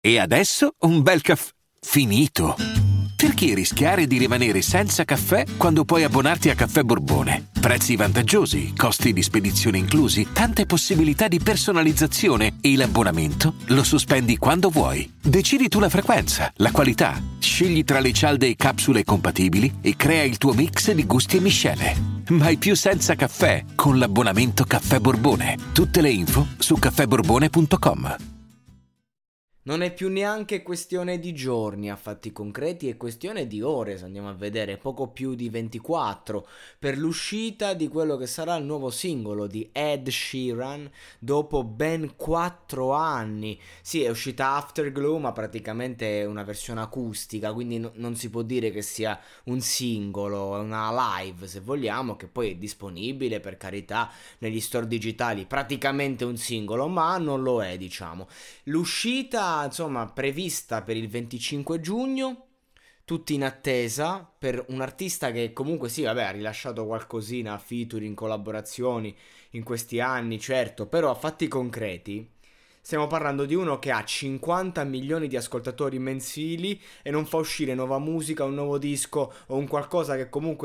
E adesso un bel caffè finito. Perché rischiare di rimanere senza caffè quando puoi abbonarti a Caffè Borbone? Prezzi vantaggiosi, costi di spedizione inclusi, tante possibilità di personalizzazione e l'abbonamento lo sospendi quando vuoi. Decidi tu la frequenza, la qualità, scegli tra le cialde e capsule compatibili e crea il tuo mix di gusti e miscele. Mai più senza caffè con l'abbonamento Caffè Borbone. Tutte le info su caffèborbone.com. Non è più neanche questione di giorni a fatti concreti, è questione di ore, se andiamo a vedere, poco più di 24, per l'uscita di quello che sarà il nuovo singolo di Ed Sheeran dopo ben 4 anni. Sì, è uscita Afterglow, ma praticamente è una versione acustica, quindi non si può dire che sia un singolo, è una live se vogliamo, che poi è disponibile per carità negli store digitali, praticamente un singolo, ma non lo è, diciamo. L'uscita, insomma, prevista per il 25 giugno, tutti in attesa per un artista che comunque sì, vabbè, ha rilasciato qualcosina, featuring, collaborazioni in questi anni, certo, però a fatti concreti stiamo parlando di uno che ha 50 milioni di ascoltatori mensili e non fa uscire nuova musica, un nuovo disco o un qualcosa che comunque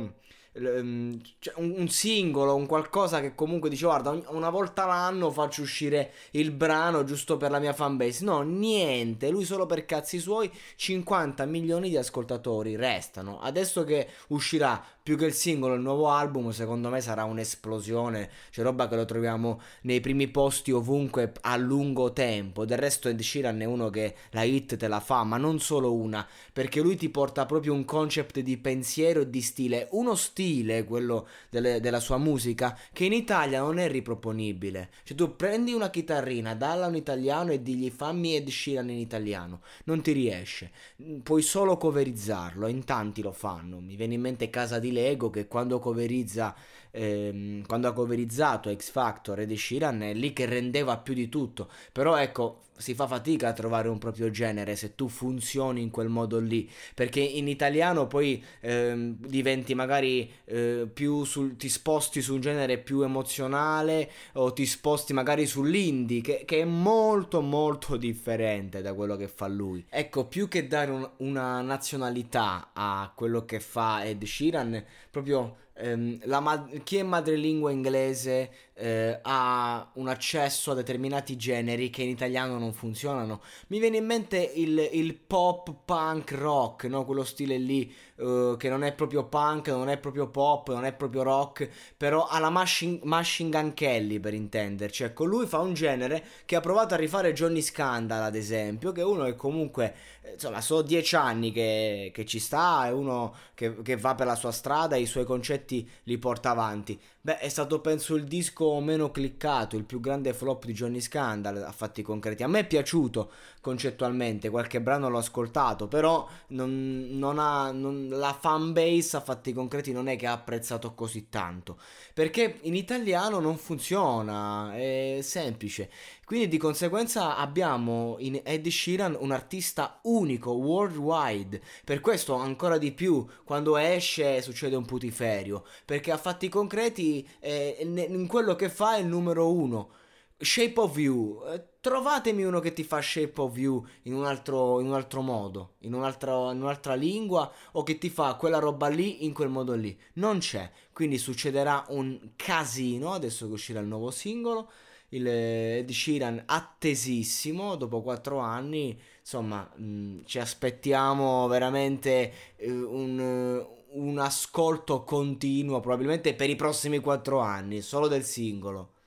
cioè un singolo, un qualcosa che comunque dice guarda una volta l'anno faccio uscire il brano giusto per la mia fanbase. No, niente, lui solo per cazzi suoi. 50 milioni di ascoltatori restano. Adesso che uscirà più che il singolo il nuovo album, secondo me sarà un'esplosione, cioè roba che lo troviamo nei primi posti ovunque a lungo tempo. Del resto Ed Sheeran è uno che la hit te la fa, ma non solo una, perché lui ti porta proprio un concept di pensiero e di stile, uno stile, quello della sua musica, che in Italia non è riproponibile. Cioè tu prendi una chitarrina, dalla un italiano e digli fammi Ed Sheeran in italiano, non ti riesce. Puoi solo coverizzarlo, in tanti lo fanno. Mi viene in mente Casa di Lego che quando quando ha coverizzato X Factor ed Sheeran è lì che rendeva più di tutto. Però ecco, si fa fatica a trovare un proprio genere se tu funzioni in quel modo lì, perché in italiano poi diventi magari ti sposti su un genere più emozionale o ti sposti magari sull'indie che è molto molto differente da quello che fa lui. Ecco, più che dare una nazionalità a quello che fa Ed Sheeran, proprio chi è madrelingua inglese ha un accesso a determinati generi che in italiano non funzionano. Mi viene in mente il pop punk rock, no? Quello stile lì che non è proprio punk, non è proprio pop, non è proprio rock, però ha la Machine Gun Kelly, per intenderci. Ecco, lui fa un genere che ha provato a rifare Johnny Scandal, ad esempio, che è uno che comunque insomma sono 10 anni che ci sta, è uno che va per la sua strada e i suoi concetti li porta avanti. Beh, è stato penso il disco meno cliccato, il più grande flop di Johnny Scandal a fatti concreti. A me è piaciuto concettualmente, qualche brano l'ho ascoltato, però la fanbase a fatti concreti non è che ha apprezzato così tanto, perché in italiano non funziona, è semplice. Quindi di conseguenza abbiamo in Ed Sheeran un artista unico, worldwide. Per questo ancora di più quando esce succede un putiferio, perché a fatti concreti in quello che fa è il numero uno. Shape of You, trovatemi uno che ti fa Shape of You in un altro modo, in un'altra lingua, o che ti fa quella roba lì in quel modo lì. Non c'è, quindi succederà un casino adesso che uscirà il nuovo singolo. Il Ed Sheeran attesissimo dopo 4 anni, insomma, ci aspettiamo veramente un ascolto continuo probabilmente per i prossimi 4 anni solo del singolo.